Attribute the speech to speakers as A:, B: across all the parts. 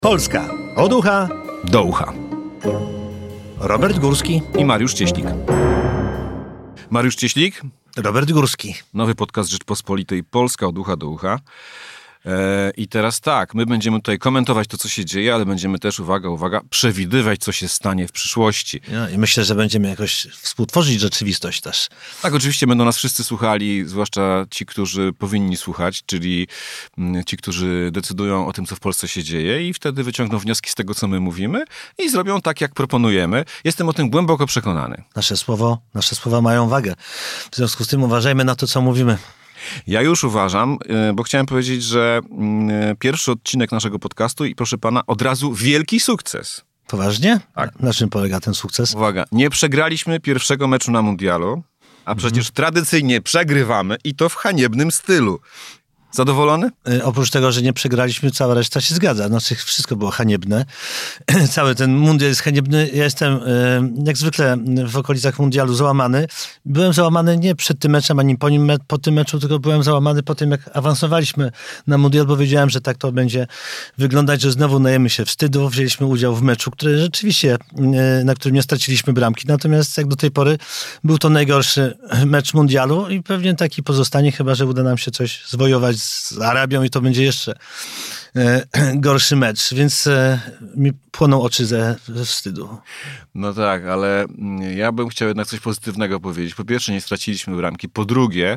A: Polska od ucha
B: do ucha.
A: Robert Górski
B: I Mariusz Cieślik. Mariusz Cieślik.
A: Robert Górski.
B: Nowy podcast Rzeczpospolitej Polska od ucha do ucha. I teraz tak, my będziemy tutaj komentować to, co się dzieje, ale będziemy też, uwaga, przewidywać, co się stanie w przyszłości.
A: No, i myślę, że będziemy jakoś współtworzyć rzeczywistość też.
B: Tak, oczywiście będą nas wszyscy słuchali, zwłaszcza ci, którzy powinni słuchać, czyli ci, którzy decydują o tym, co w Polsce się dzieje i wtedy wyciągną wnioski z tego, co my mówimy i zrobią tak, jak proponujemy. Jestem o tym głęboko przekonany.
A: Nasze słowa mają wagę. W związku z tym uważajmy na to, co mówimy.
B: Ja już uważam, bo chciałem powiedzieć, że pierwszy odcinek naszego podcastu i proszę pana, od razu wielki sukces.
A: Poważnie?
B: Tak.
A: Na czym polega ten sukces?
B: Uwaga, nie przegraliśmy pierwszego meczu na mundialu, a przecież tradycyjnie przegrywamy i to w haniebnym stylu. Zadowolony?
A: Oprócz tego, że nie przegraliśmy, cała reszta się zgadza. Znaczy, wszystko było haniebne. Cały ten mundial jest haniebny. Ja jestem, jak zwykle, w okolicach mundialu załamany. Byłem załamany nie przed tym meczem, ani po tym meczu, tylko byłem załamany po tym, jak awansowaliśmy na mundial, bo wiedziałem, że tak to będzie wyglądać, że znowu najemy się wstydu. Wzięliśmy udział w meczu, który rzeczywiście, na którym nie straciliśmy bramki. Natomiast jak do tej pory był to najgorszy mecz mundialu i pewnie taki pozostanie, chyba że uda nam się coś zwojować z Arabią i to będzie jeszcze gorszy mecz, więc mi płoną oczy ze wstydu.
B: No tak, ale ja bym chciał jednak coś pozytywnego powiedzieć. Po pierwsze, nie straciliśmy bramki. Po drugie,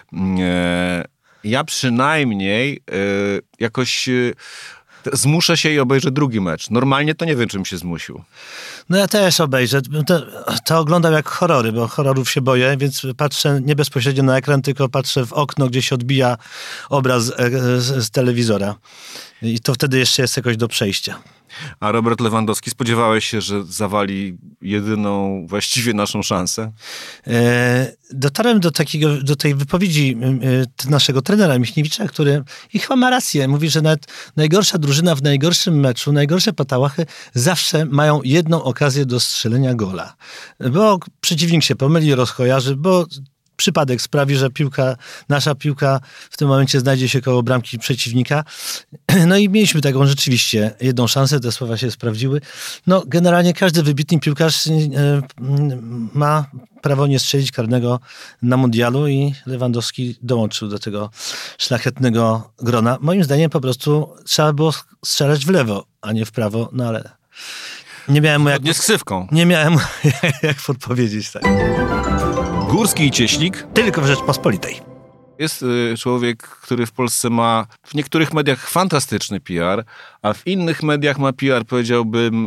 B: ja przynajmniej jakoś zmuszę się i obejrzę drugi mecz. Normalnie to nie wiem, czym się zmusił.
A: No ja też obejrzę. To oglądam jak horrory, bo horrorów się boję, więc patrzę nie bezpośrednio na ekran, tylko patrzę w okno, gdzie się odbija obraz z telewizora. I to wtedy jeszcze jest jakoś do przejścia.
B: A Robert Lewandowski, spodziewałeś się, że zawali jedyną właściwie naszą szansę?
A: Dotarłem do tej wypowiedzi naszego trenera Michniewicza, który i chyba ma rację. Mówi, że nawet najgorsza drużyna w najgorszym meczu, najgorsze patałachy zawsze mają jedną okazję do strzelenia gola. Bo przeciwnik się pomyli, rozchojarzy, bo przypadek sprawi, że nasza piłka w tym momencie znajdzie się koło bramki przeciwnika. No i mieliśmy taką rzeczywiście jedną szansę, te słowa się sprawdziły. No generalnie każdy wybitny piłkarz ma prawo nie strzelić karnego na mundialu i Lewandowski dołączył do tego szlachetnego grona. Moim zdaniem po prostu trzeba było strzelać w lewo, a nie w prawo, no ale nie miałem
B: nie z ksywką.
A: Nie miałem jak podpowiedzieć. Tak.
B: Górski i Cieślik.
A: Tylko w Rzeczpospolitej.
B: Jest człowiek, który w Polsce ma w niektórych mediach fantastyczny PR, a w innych mediach ma PR, powiedziałbym,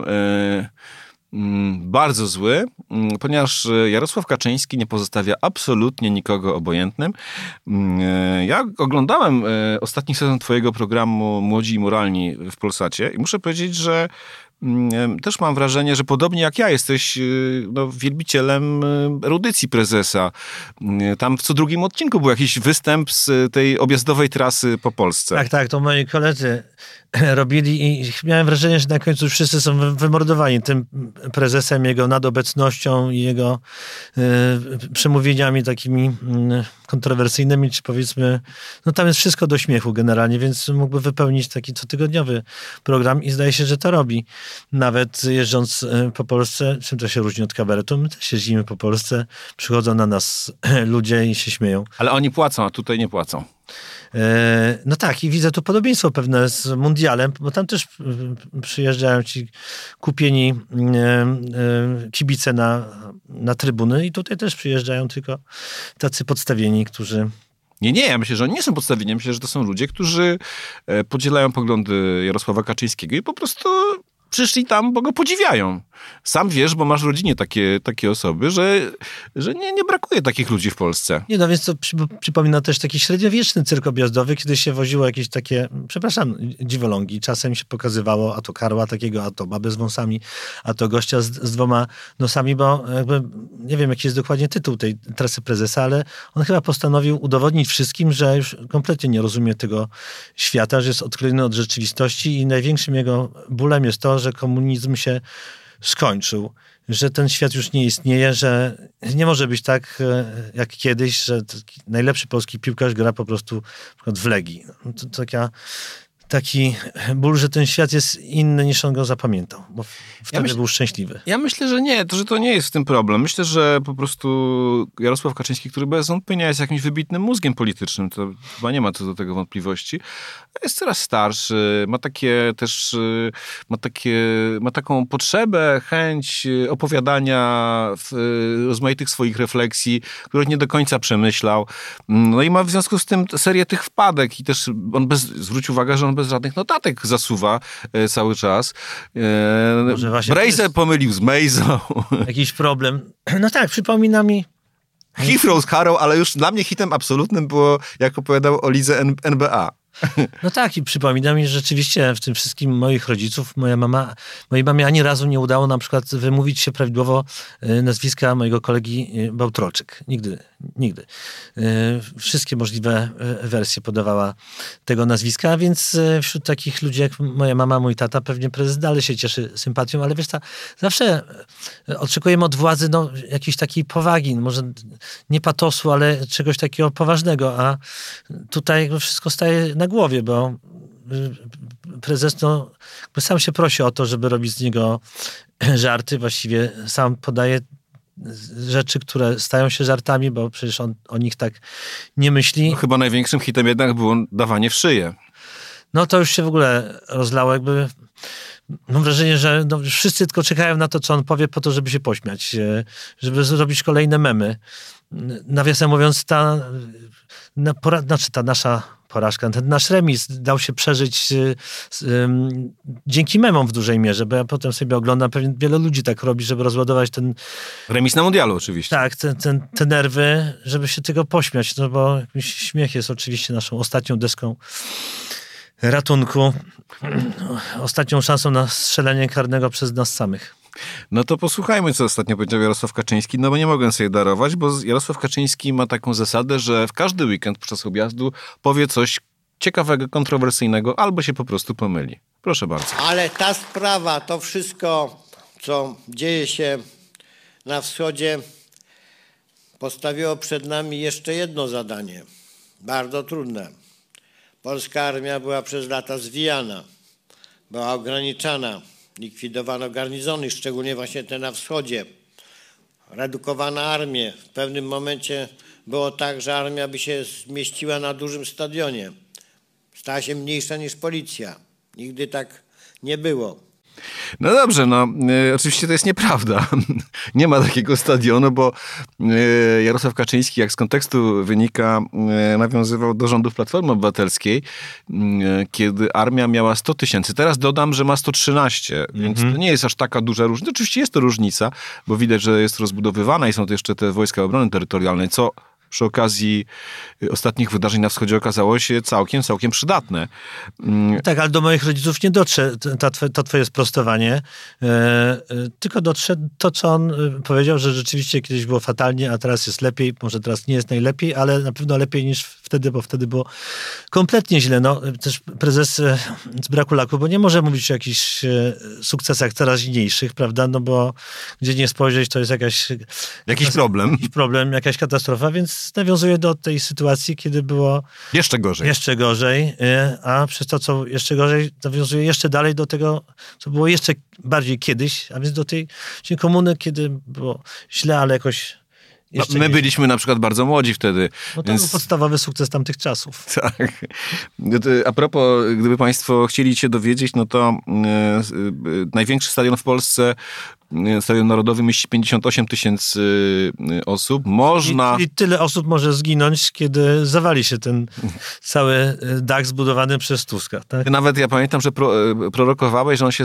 B: bardzo zły, ponieważ Jarosław Kaczyński nie pozostawia absolutnie nikogo obojętnym. Ja oglądałem ostatni sezon twojego programu Młodzi i Moralni w Polsacie i muszę powiedzieć, że też mam wrażenie, że podobnie jak ja jesteś wielbicielem erudycji prezesa. Tam w co drugim odcinku był jakiś występ z tej objazdowej trasy po Polsce.
A: Tak, to moi koledzy robili i miałem wrażenie, że na końcu wszyscy są wymordowani tym prezesem, jego nadobecnością i jego przemówieniami takimi kontrowersyjnymi, czy powiedzmy, no tam jest wszystko do śmiechu generalnie, więc mógłby wypełnić taki cotygodniowy program i zdaje się, że to robi. Nawet jeżdżąc po Polsce, czym to się różni od kabaretu? My też jeździmy po Polsce, przychodzą na nas ludzie i się śmieją.
B: Ale oni płacą, a tutaj nie płacą.
A: No tak, i widzę tu podobieństwo pewne z mundialem, bo tam też przyjeżdżają ci kupieni kibice na trybuny i tutaj też przyjeżdżają tylko tacy podstawieni, którzy...
B: Nie, ja myślę, że oni nie są podstawieni. Myślę, że to są ludzie, którzy podzielają poglądy Jarosława Kaczyńskiego i po prostu przyszli tam, bo go podziwiają. Sam wiesz, bo masz w rodzinie takie osoby, że nie brakuje takich ludzi w Polsce.
A: Nie, no więc to przypomina też taki średniowieczny cyrk objazdowy, kiedy się woziło jakieś takie, dziwolągi. Czasem się pokazywało a to karła takiego, a to babę z wąsami, a to gościa z dwoma nosami, bo jakby nie wiem, jaki jest dokładnie tytuł tej trasy prezesa, ale on chyba postanowił udowodnić wszystkim, że już kompletnie nie rozumie tego świata, że jest odklejony od rzeczywistości i największym jego bólem jest to, że komunizm się skończył, że ten świat już nie istnieje, że nie może być tak jak kiedyś, że najlepszy polski piłkarz gra po prostu na przykład w Legii. To taki ból, że ten świat jest inny niż on go zapamiętał, bo wtedy był szczęśliwy.
B: Ja myślę, że nie, że to nie jest w tym problem. Myślę, że po prostu Jarosław Kaczyński, który bez wątpienia jest jakimś wybitnym mózgiem politycznym, to chyba nie ma co do tego wątpliwości, jest coraz starszy, ma taką potrzebę, chęć opowiadania rozmaitych swoich refleksji, których nie do końca przemyślał. No i ma w związku z tym serię tych wpadek i też zwróć uwagę, że on bez żadnych notatek zasuwa cały czas. Brejzę pomylił z Mejzą.
A: Jakiś problem. No tak, przypomina mi...
B: Heathrow z Harrow, ale już dla mnie hitem absolutnym było, jak opowiadał o lidze NBA.
A: No tak, i przypomina mi, że rzeczywiście w tym wszystkim moich rodziców, mojej mamie ani razu nie udało na przykład wymówić się prawidłowo nazwiska mojego kolegi Bałtroczyk. Nigdy. Wszystkie możliwe wersje podawała tego nazwiska, więc wśród takich ludzi jak moja mama, mój tata, pewnie prezes dalej się cieszy sympatią, ale wiesz, zawsze oczekujemy od władzy jakiejś takiej powagi, może nie patosu, ale czegoś takiego poważnego, a tutaj wszystko staje na głowie, bo prezes sam się prosi o to, żeby robić z niego żarty, właściwie sam podaje rzeczy, które stają się żartami, bo przecież on o nich tak nie myśli.
B: No, chyba największym hitem jednak było dawanie w szyję.
A: No to już się w ogóle rozlało, jakby mam wrażenie, że wszyscy tylko czekają na to, co on powie, po to, żeby się pośmiać, żeby zrobić kolejne memy. Nawiasem mówiąc, ta nasza porażka, ten nasz remis dał się przeżyć dzięki memom w dużej mierze, bo ja potem sobie oglądam, pewnie wiele ludzi tak robi, żeby rozładować ten...
B: Remis na mundialu oczywiście.
A: Tak, te nerwy, żeby się tego pośmiać, no bo śmiech jest oczywiście naszą ostatnią deską ratunku, ostatnią szansą na strzelenie karnego przez nas samych.
B: No to posłuchajmy, co ostatnio powiedział Jarosław Kaczyński, no bo nie mogę sobie darować, bo Jarosław Kaczyński ma taką zasadę, że w każdy weekend podczas objazdu powie coś ciekawego, kontrowersyjnego, albo się po prostu pomyli. Proszę bardzo.
C: Ale ta sprawa, to wszystko, co dzieje się na wschodzie, postawiło przed nami jeszcze jedno zadanie, bardzo trudne. Polska armia była przez lata zwijana, była ograniczana. Likwidowano garnizony, szczególnie właśnie te na wschodzie. Redukowano armię. W pewnym momencie było tak, że armia by się zmieściła na dużym stadionie. Stała się mniejsza niż policja. Nigdy tak nie było.
B: No dobrze, oczywiście to jest nieprawda. Nie ma takiego stadionu, bo Jarosław Kaczyński, jak z kontekstu wynika, nawiązywał do rządów Platformy Obywatelskiej, kiedy armia miała 100 000. Teraz dodam, że ma 113, więc to nie jest aż taka duża różnica. Oczywiście jest to różnica, bo widać, że jest rozbudowywana i są to jeszcze te wojska obrony terytorialnej, co przy okazji ostatnich wydarzeń na wschodzie okazało się całkiem przydatne.
A: Tak, ale do moich rodziców nie dotrze to twoje sprostowanie, tylko dotrze to, co on powiedział, że rzeczywiście kiedyś było fatalnie, a teraz jest lepiej. Może teraz nie jest najlepiej, ale na pewno lepiej niż wtedy, bo wtedy było kompletnie źle. No, też prezes z braku laku, bo nie może mówić o jakichś sukcesach teraźniejszych, prawda? No bo gdzie nie spojrzeć, to jest
B: jakiś problem,
A: jakaś katastrofa, więc nawiązuje do tej sytuacji, kiedy było jeszcze gorzej, a przez to, co jeszcze gorzej, nawiązuje jeszcze dalej do tego, co było jeszcze bardziej kiedyś, a więc do tej komuny, kiedy było źle, ale jakoś
B: My byliśmy na przykład bardzo młodzi wtedy.
A: No to był podstawowy sukces tamtych czasów.
B: Tak. A propos, gdyby państwo chcieli się dowiedzieć, no to największy stadion w Polsce, Stadion Narodowy, mieści 58 000 osób.
A: I tyle osób może zginąć, kiedy zawali się ten cały dach zbudowany przez Tuska. Tak?
B: Nawet ja pamiętam, że prorokowałeś, że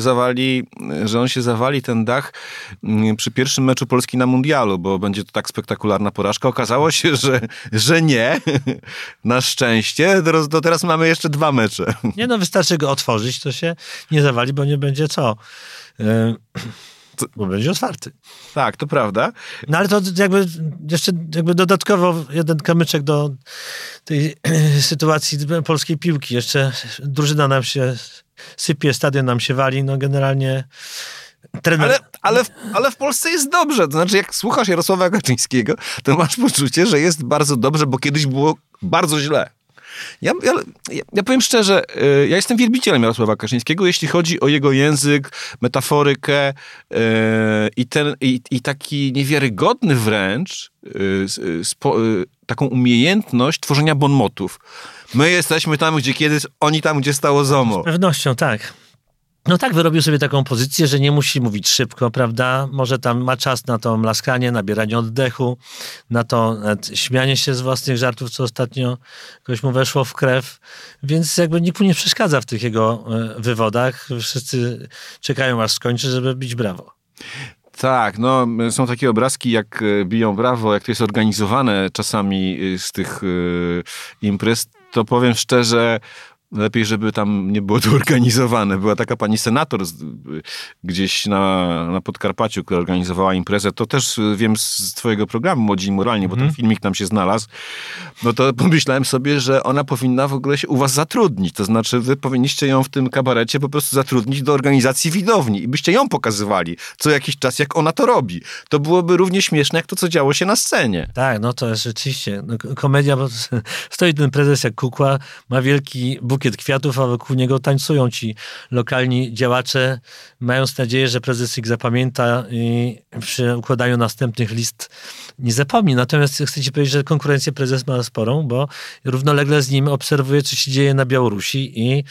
B: on się zawali ten dach przy pierwszym meczu Polski na mundialu, bo będzie to tak spektakularna porażka. Okazało się, że nie. Na szczęście. Teraz mamy jeszcze 2 mecze.
A: Nie, wystarczy go otworzyć, to się nie zawali, bo nie będzie co. Bo będzie otwarty.
B: Tak, to prawda.
A: No ale to jeszcze dodatkowo jeden kamyczek do tej sytuacji polskiej piłki. Jeszcze drużyna nam się sypie, stadion nam się wali, generalnie trener...
B: Ale w Polsce jest dobrze. To znaczy, jak słuchasz Jarosława Kaczyńskiego, to masz poczucie, że jest bardzo dobrze, bo kiedyś było bardzo źle. Ja powiem szczerze, ja jestem wielbicielem Jarosława Kaczyńskiego, jeśli chodzi o jego język, metaforykę i taki niewiarygodny wręcz taką umiejętność tworzenia bonmotów. My jesteśmy tam, gdzie kiedyś, oni tam, gdzie stało ZOMO.
A: Z pewnością, tak. No tak, wyrobił sobie taką pozycję, że nie musi mówić szybko, prawda? Może tam ma czas na to mlaskanie, nabieranie oddechu, na to śmianie się z własnych żartów, co ostatnio jakoś mu weszło w krew. Więc jakby nikt mu nie przeszkadza w tych jego wywodach. Wszyscy czekają, aż skończy, żeby bić brawo.
B: Tak, no są takie obrazki, jak biją brawo, jak to jest organizowane czasami z tych imprez, to powiem szczerze, lepiej, żeby tam nie było to organizowane. Była taka pani senator gdzieś na Podkarpaciu, która organizowała imprezę. To też wiem z twojego programu Młodzi i Moralni, bo ten filmik tam się znalazł. No to pomyślałem sobie, że ona powinna w ogóle się u was zatrudnić. To znaczy wy powinniście ją w tym kabarecie po prostu zatrudnić do organizacji widowni i byście ją pokazywali co jakiś czas, jak ona to robi. To byłoby równie śmieszne, jak to, co działo się na scenie.
A: Tak, no to jest rzeczywiście komedia, bo stoi ten prezes jak kukła, ma wielki bukiet kwiatów, a wokół niego tańcują ci lokalni działacze, mając nadzieję, że prezes ich zapamięta i przy układaniu następnych list nie zapomni. Natomiast chcę ci powiedzieć, że konkurencję prezes ma sporą, bo równolegle z nim obserwuje, co się dzieje na Białorusi i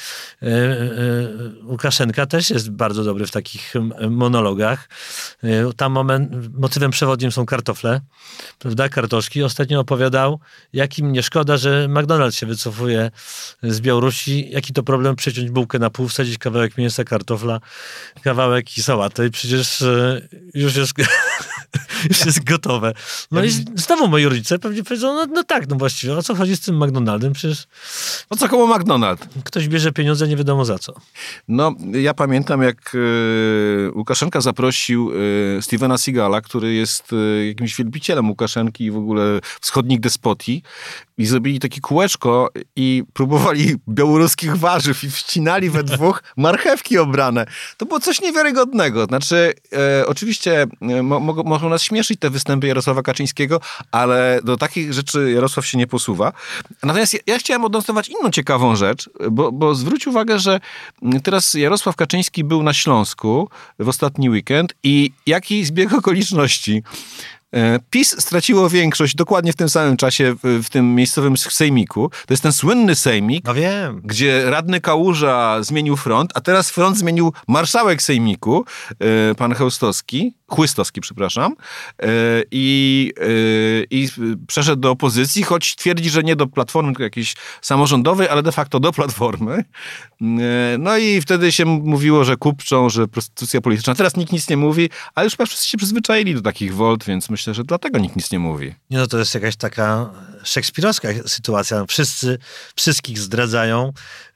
A: Łukaszenka też jest bardzo dobry w takich monologach. Tam motywem przewodnim są kartofle, prawda, kartoszki. Ostatnio opowiadał, jak im nie szkoda, że McDonald's się wycofuje z Białorusi, jaki to problem przeciąć bułkę na pół, wsadzić kawałek mięsa, kartofla, kawałek i sałatę i przecież już jest już jest gotowe. No i znowu moi rodzice pewnie powiedzą, no tak, no właściwie, o co chodzi z tym McDonaldem? Przecież
B: O co koło McDonald's?
A: ktoś bierze pieniądze nie wiadomo za co.
B: No, ja pamiętam, jak Łukaszenka zaprosił Stevena Seagala, który jest jakimś wielbicielem Łukaszenki i w ogóle wschodnich despotii, i zrobili takie kółeczko i próbowali białoruskich warzyw i wcinali we dwóch marchewki obrane. To było coś niewiarygodnego. Znaczy, oczywiście mogą nas śmieszyć te występy Jarosława Kaczyńskiego, ale do takich rzeczy Jarosław się nie posuwa. Natomiast ja chciałem odnotować inną ciekawą rzecz, bo zwróć uwagę, że teraz Jarosław Kaczyński był na Śląsku w ostatni weekend i jaki zbieg okoliczności. PiS straciło większość dokładnie w tym samym czasie w tym miejscowym sejmiku. To jest ten słynny sejmik,
A: No wiem.
B: gdzie radny Kałuża zmienił front, a teraz front zmienił marszałek sejmiku, pan Chłystowski, przepraszam, i przeszedł do opozycji, choć twierdzi, że nie do Platformy, tylko jakiejś samorządowej, ale de facto do Platformy. No i wtedy się mówiło, że kupczą, że prostytucja polityczna. Teraz nikt nic nie mówi, ale już chyba wszyscy się przyzwyczaili do takich wolt, więc myślę, że dlatego nikt nic nie mówi.
A: Nie, no to jest jakaś taka szekspirowska sytuacja. Wszyscy wszystkich zdradzają.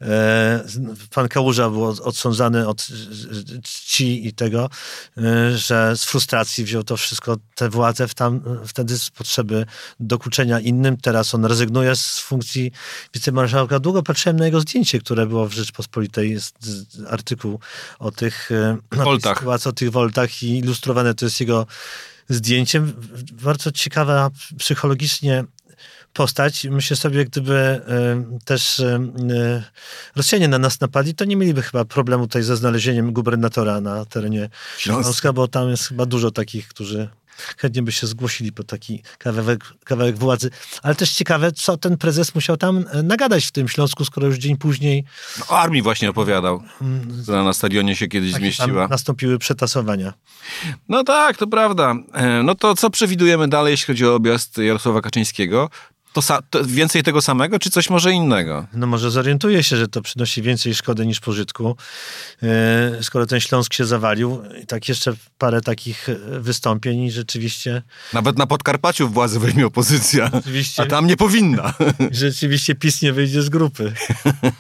A: Pan Kałuża był odsądzany od czci i tego, że z frustracji wziął to wszystko, tę władzę wtedy z potrzeby dokuczenia innym. Teraz on rezygnuje z funkcji wicemarszałka. Długo patrzyłem na jego zdjęcie, które było w Rzeczpospolitej. Jest artykuł o tych
B: Woltach.
A: o tych woltach i ilustrowane to jest jego zdjęciem. Bardzo ciekawa psychologicznie postać. Myślę sobie, gdyby też Rosjanie na nas napadli, to nie mieliby chyba problemu tutaj ze znalezieniem gubernatora na terenie Śląska, bo tam jest chyba dużo takich, którzy chętnie by się zgłosili po taki kawałek władzy. Ale też ciekawe, co ten prezes musiał tam nagadać w tym Śląsku, skoro już dzień później...
B: O armii właśnie opowiadał, która na stadionie się kiedyś zmieściła.
A: Tam nastąpiły przetasowania.
B: No tak, to prawda. No to co przewidujemy dalej, jeśli chodzi o objazd Jarosława Kaczyńskiego? To więcej tego samego, czy coś może innego?
A: No może zorientuje się, że to przynosi więcej szkody niż pożytku, skoro ten Śląsk się zawalił. I tak jeszcze parę takich wystąpień i rzeczywiście...
B: Nawet na Podkarpaciu władzę weźmie opozycja,
A: Rzeczywiście.
B: a tam nie powinna.
A: Rzeczywiście PiS nie wyjdzie z grupy.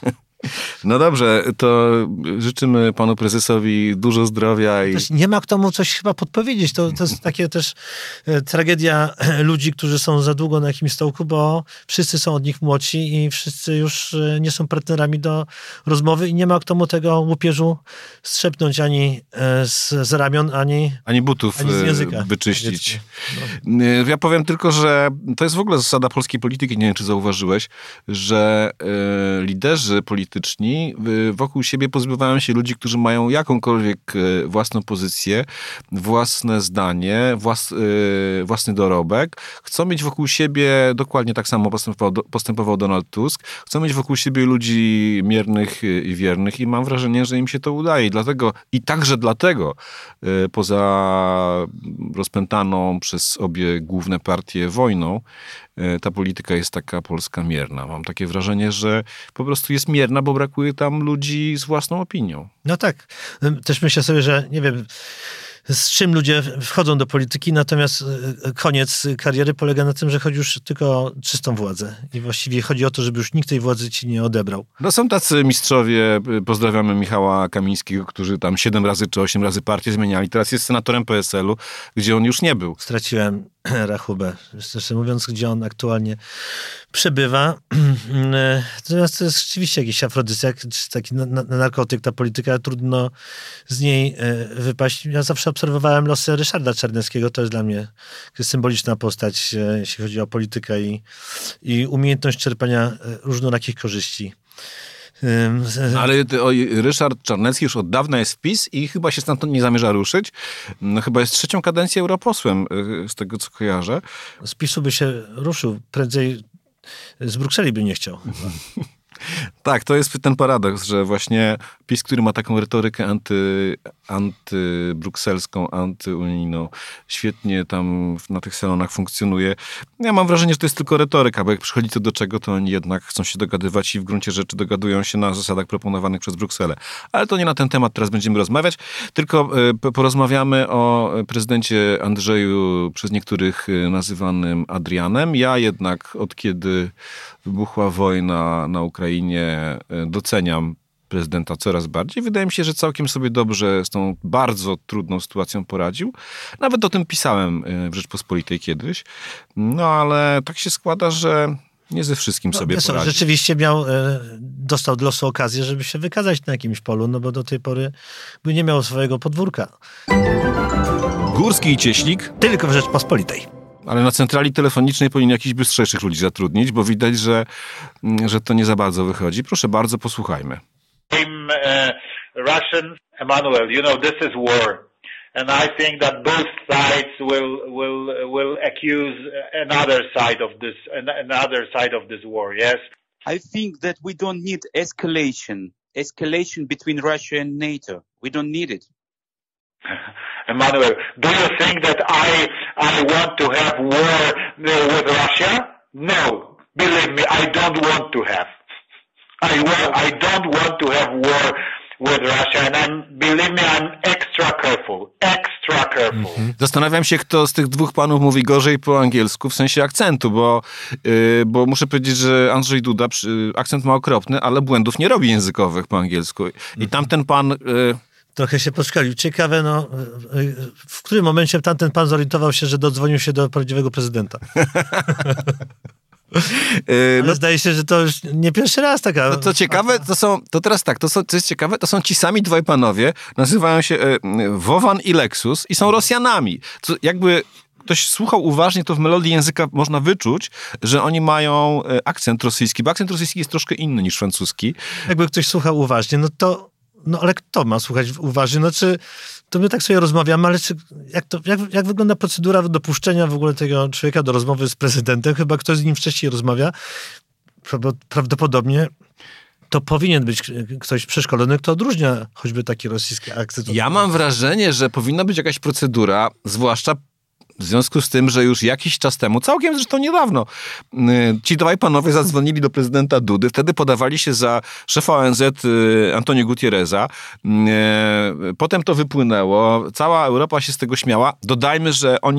B: No dobrze, to życzymy panu prezesowi dużo zdrowia.
A: Nie ma kto mu coś chyba podpowiedzieć. To jest takie też tragedia ludzi, którzy są za długo na jakimś stołku, bo wszyscy są od nich młodsi i wszyscy już nie są partnerami do rozmowy i nie ma kto mu tego łupieżu strzepnąć ani z ramion, ani
B: butów
A: ani z języka
B: wyczyścić. No. Ja powiem tylko, że to jest w ogóle zasada polskiej polityki, nie wiem, czy zauważyłeś, że liderzy polityczni wokół siebie pozbywają się ludzi, którzy mają jakąkolwiek własną pozycję, własne zdanie, własny dorobek. Chcą mieć wokół siebie, dokładnie tak samo postępował Donald Tusk, chcą mieć wokół siebie ludzi miernych i wiernych i mam wrażenie, że im się to udaje. I także dlatego poza rozpętaną przez obie główne partie wojną, ta polityka jest taka polska mierna. Mam takie wrażenie, że po prostu jest mierna, bo brakuje tam ludzi z własną opinią.
A: No tak. Też myślę sobie, że nie wiem, z czym ludzie wchodzą do polityki, natomiast koniec kariery polega na tym, że chodzi już tylko o czystą władzę. I właściwie chodzi o to, żeby już nikt tej władzy ci nie odebrał.
B: No są tacy mistrzowie, pozdrawiamy Michała Kamińskiego, którzy tam 7 razy czy 8 razy partię zmieniali. Teraz jest senatorem PSL-u, gdzie on już nie był.
A: Straciłem rachubę, szczerze mówiąc, gdzie on aktualnie przebywa. Natomiast to jest rzeczywiście jakiś afrodyzjak, czy taki narkotyk, ta polityka, trudno z niej wypaść. Ja zawsze obserwowałem losy Ryszarda Czarneckiego, to jest dla mnie symboliczna postać, jeśli chodzi o politykę i umiejętność czerpania różnorakich korzyści.
B: Ale Ryszard Czarnecki już od dawna jest w PiS i chyba się stamtąd nie zamierza ruszyć. No, chyba jest 3. kadencję europosłem, z tego co kojarzę.
A: Z PiS-u by się ruszył, prędzej z Brukseli by nie chciał.
B: Tak, to jest ten paradoks, że właśnie PiS, który ma taką retorykę antybrukselską, antyunijną, świetnie tam na tych salonach funkcjonuje. Ja mam wrażenie, że to jest tylko retoryka, bo jak przychodzi to do czego, to oni jednak chcą się dogadywać i w gruncie rzeczy dogadują się na zasadach proponowanych przez Brukselę. Ale to nie na ten temat teraz będziemy rozmawiać, tylko porozmawiamy o prezydencie Andrzeju, przez niektórych nazywanym Adrianem. Ja jednak od kiedy wybuchła wojna na Ukrainie, doceniam prezydenta coraz bardziej. Wydaje mi się, że całkiem sobie dobrze z tą bardzo trudną sytuacją poradził. Nawet o tym pisałem w Rzeczpospolitej kiedyś. No ale tak się składa, że nie ze wszystkim sobie poradził.
A: Rzeczywiście dostał od losu okazję, żeby się wykazać na jakimś polu, no bo do tej pory by nie miał swojego podwórka.
B: Górski i Cieślik?
A: Tylko w Rzeczpospolitej.
B: Ale na centrali telefonicznej powinien jakichś bystrzejszych ludzi zatrudnić, bo widać, że to nie za bardzo wychodzi. Proszę bardzo, posłuchajmy.
D: Russian, Emmanuel, you know, this is war. And I think that both sides will accuse another side of this war, yes?
E: I think that we don't need escalation between Russia and NATO. We don't need it.
D: Emmanuel, do you think that I want to have war with Russia? No, believe me, I don't want to have. I don't want to have war with Russia, and believe me, I'm extra careful.
B: Zastanawiam się, kto z tych dwóch panów mówi gorzej po angielsku, w sensie akcentu, bo muszę powiedzieć, że Andrzej Duda akcent ma okropny, ale błędów nie robi językowych po angielsku. I tamten pan...
A: Trochę się podszkolił. Ciekawe, w którym momencie tamten pan zorientował się, że dodzwonił się do prawdziwego prezydenta. Ale zdaje się, że to już nie pierwszy raz taka...
B: No to ciekawe, co jest ciekawe, to są ci sami dwaj panowie, nazywają się Wowan i Lexus i są Rosjanami. Co jakby ktoś słuchał uważnie, to w melodii języka można wyczuć, że oni mają akcent rosyjski, bo akcent rosyjski jest troszkę inny niż francuski.
A: Jakby ktoś słuchał uważnie, ale kto ma słuchać uważnie? To my tak sobie rozmawiamy, ale jak wygląda procedura dopuszczenia w ogóle tego człowieka do rozmowy z prezydentem? Chyba ktoś z nim wcześniej rozmawia. Prawdopodobnie to powinien być ktoś przeszkolony, kto odróżnia choćby taki rosyjski akcent.
B: Ja mam wrażenie, że powinna być jakaś procedura, zwłaszcza w związku z tym, że już jakiś czas temu, całkiem zresztą niedawno, ci dwaj panowie zadzwonili do prezydenta Dudy, wtedy podawali się za szefa ONZ Antonio Gutierreza. Potem to wypłynęło, cała Europa się z tego śmiała. Dodajmy, że oni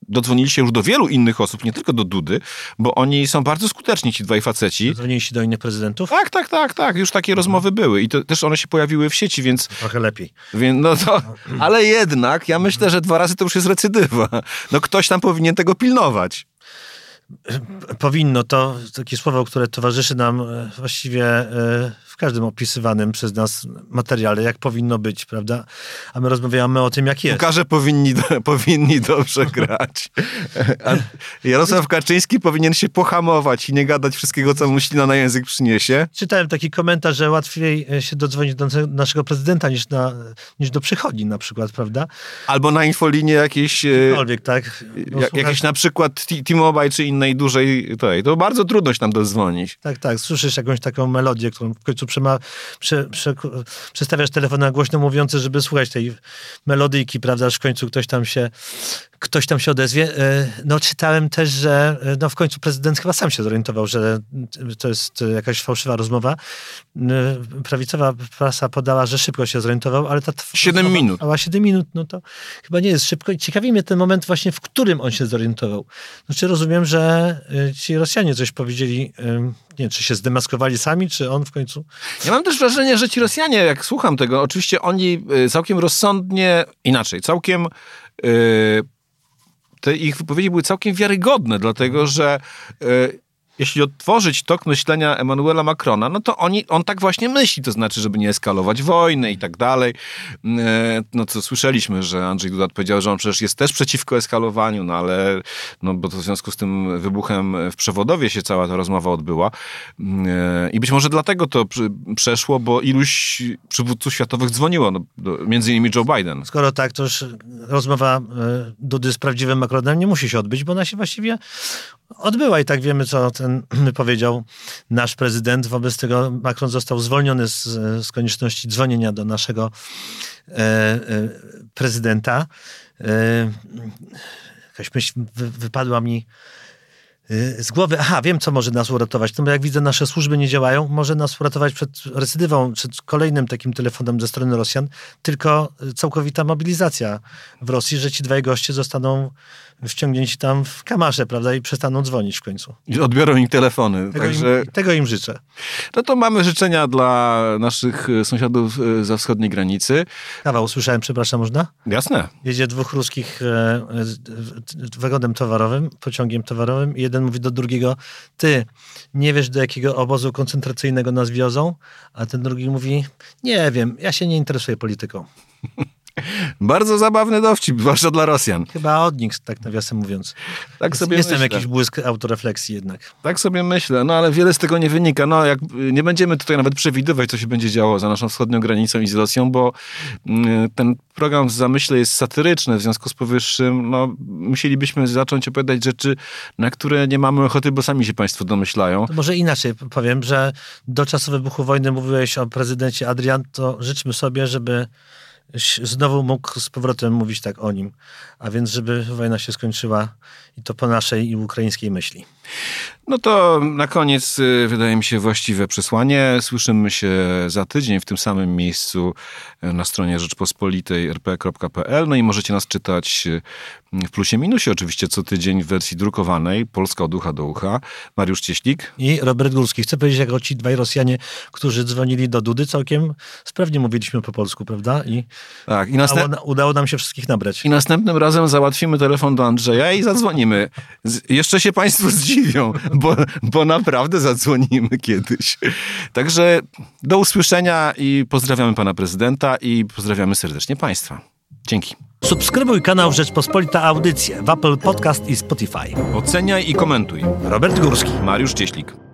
B: dodzwonili się już do wielu innych osób, nie tylko do Dudy, bo oni są bardzo skuteczni, ci dwaj faceci.
A: Dodzwonili się do innych prezydentów?
B: Tak. Już takie rozmowy były i to też one się pojawiły w sieci, więc...
A: Trochę lepiej.
B: Ale jednak, ja myślę, że 2 razy to już jest recydywa. No ktoś tam powinien tego pilnować.
A: Powinno, to takie słowo, które towarzyszy nam właściwie w każdym opisywanym przez nas materiale, jak powinno być, prawda? A my rozmawiamy o tym, jak jest.
B: Piłkarze powinni dobrze grać. A Jarosław Kaczyński powinien się pohamować i nie gadać wszystkiego, co mu ślina na język przyniesie.
A: Czytałem taki komentarz, że łatwiej się dodzwonić do naszego prezydenta niż do przychodni na przykład, prawda?
B: Albo na infolinię jakieś...
A: Tak.
B: Jakieś na przykład T-Mobile czy innej dużej... To bardzo trudno się tam dodzwonić.
A: Tak. Słyszysz jakąś taką melodię, którą w końcu przestawiasz telefon na głośno mówiący, żeby słuchać tej melodyjki, prawda, aż w końcu ktoś tam się odezwie. No czytałem też, że w końcu prezydent chyba sam się zorientował, że to jest jakaś fałszywa rozmowa. Prawicowa prasa podała, że szybko się zorientował, ale ta
B: 7 minut.
A: 7 minut, no to chyba nie jest szybko. I ciekawi mnie ten moment właśnie, w którym on się zorientował. Znaczy rozumiem, że ci Rosjanie coś powiedzieli, nie wiem, czy się zdemaskowali sami, czy on w końcu...
B: Ja mam też wrażenie, że ci Rosjanie, jak słucham tego, oczywiście oni całkiem rozsądnie, całkiem... Te ich wypowiedzi były całkiem wiarygodne, dlatego że jeśli otworzyć tok myślenia Emmanuela Macrona, no to on tak właśnie myśli, to znaczy, żeby nie eskalować wojny i tak dalej. No co słyszeliśmy, że Andrzej Duda powiedział, że on przecież jest też przeciwko eskalowaniu, bo to w związku z tym wybuchem w Przewodowie się cała ta rozmowa odbyła. I być może dlatego to przeszło, bo iluś przywódców światowych dzwoniło, między innymi Joe Biden.
A: Skoro tak, to już rozmowa Dudy z prawdziwym Macronem nie musi się odbyć, bo ona się właściwie odbyła i tak wiemy, co ten powiedział nasz prezydent. Wobec tego Macron został zwolniony z konieczności dzwonienia do naszego prezydenta. Jakaś myśl wypadła mi z głowy. Wiem, co może nas uratować. No bo jak widzę, nasze służby nie działają. Może nas uratować przed recydywą, przed kolejnym takim telefonem ze strony Rosjan, tylko całkowita mobilizacja w Rosji, że ci dwaj goście zostaną wciągnięci tam w kamarze, prawda, i przestaną dzwonić w końcu.
B: I odbiorą im telefony.
A: Tego im życzę.
B: No to mamy życzenia dla naszych sąsiadów za wschodniej granicy.
A: Kawał usłyszałem, przepraszam, można?
B: Jasne.
A: Jedzie 2 ruskich wagonem towarowym, pociągiem towarowym i jeden mówi do drugiego: ty nie wiesz, do jakiego obozu koncentracyjnego nas wiozą? A ten drugi mówi: nie wiem, ja się nie interesuję polityką.
B: Bardzo zabawny dowcip, zwłaszcza dla Rosjan.
A: Chyba od nich, tak nawiasem mówiąc.
B: Tak sobie
A: Jest tam
B: myślę.
A: jakiś błysk autorefleksji jednak.
B: Tak sobie myślę, ale wiele z tego nie wynika. Jak nie będziemy tutaj nawet przewidywać, co się będzie działo za naszą wschodnią granicą i z Rosją, bo ten program w zamyśle jest satyryczny, w związku z powyższym musielibyśmy zacząć opowiadać rzeczy, na które nie mamy ochoty, bo sami się państwo domyślają.
A: To może inaczej powiem, że do czasu wybuchu wojny mówiłeś o prezydencie Adrian, to życzmy sobie, żeby znowu mógł z powrotem mówić tak o nim. A więc, żeby wojna się skończyła i to po naszej i ukraińskiej myśli.
B: No to na koniec wydaje mi się właściwe przesłanie. Słyszymy się za tydzień w tym samym miejscu na stronie Rzeczpospolitej rp.pl. No i możecie nas czytać w Plusie Minusie oczywiście co tydzień w wersji drukowanej. Polska od ucha do ucha. Mariusz Cieślik.
A: I Robert Górski. Chcę powiedzieć, jako ci dwaj Rosjanie, którzy dzwonili do Dudy, całkiem sprawnie mówiliśmy po polsku, prawda? I udało nam się wszystkich nabrać.
B: I następnym razem załatwimy telefon do Andrzeja i zadzwonimy. Jeszcze się państwo zdziwią, bo naprawdę zadzwonimy kiedyś. Także do usłyszenia i pozdrawiamy pana prezydenta i pozdrawiamy serdecznie państwa. Dzięki.
A: Subskrybuj kanał Rzeczpospolita Audycje w Apple Podcast i Spotify.
B: Oceniaj i komentuj.
A: Robert Górski.
B: Mariusz Cieślik.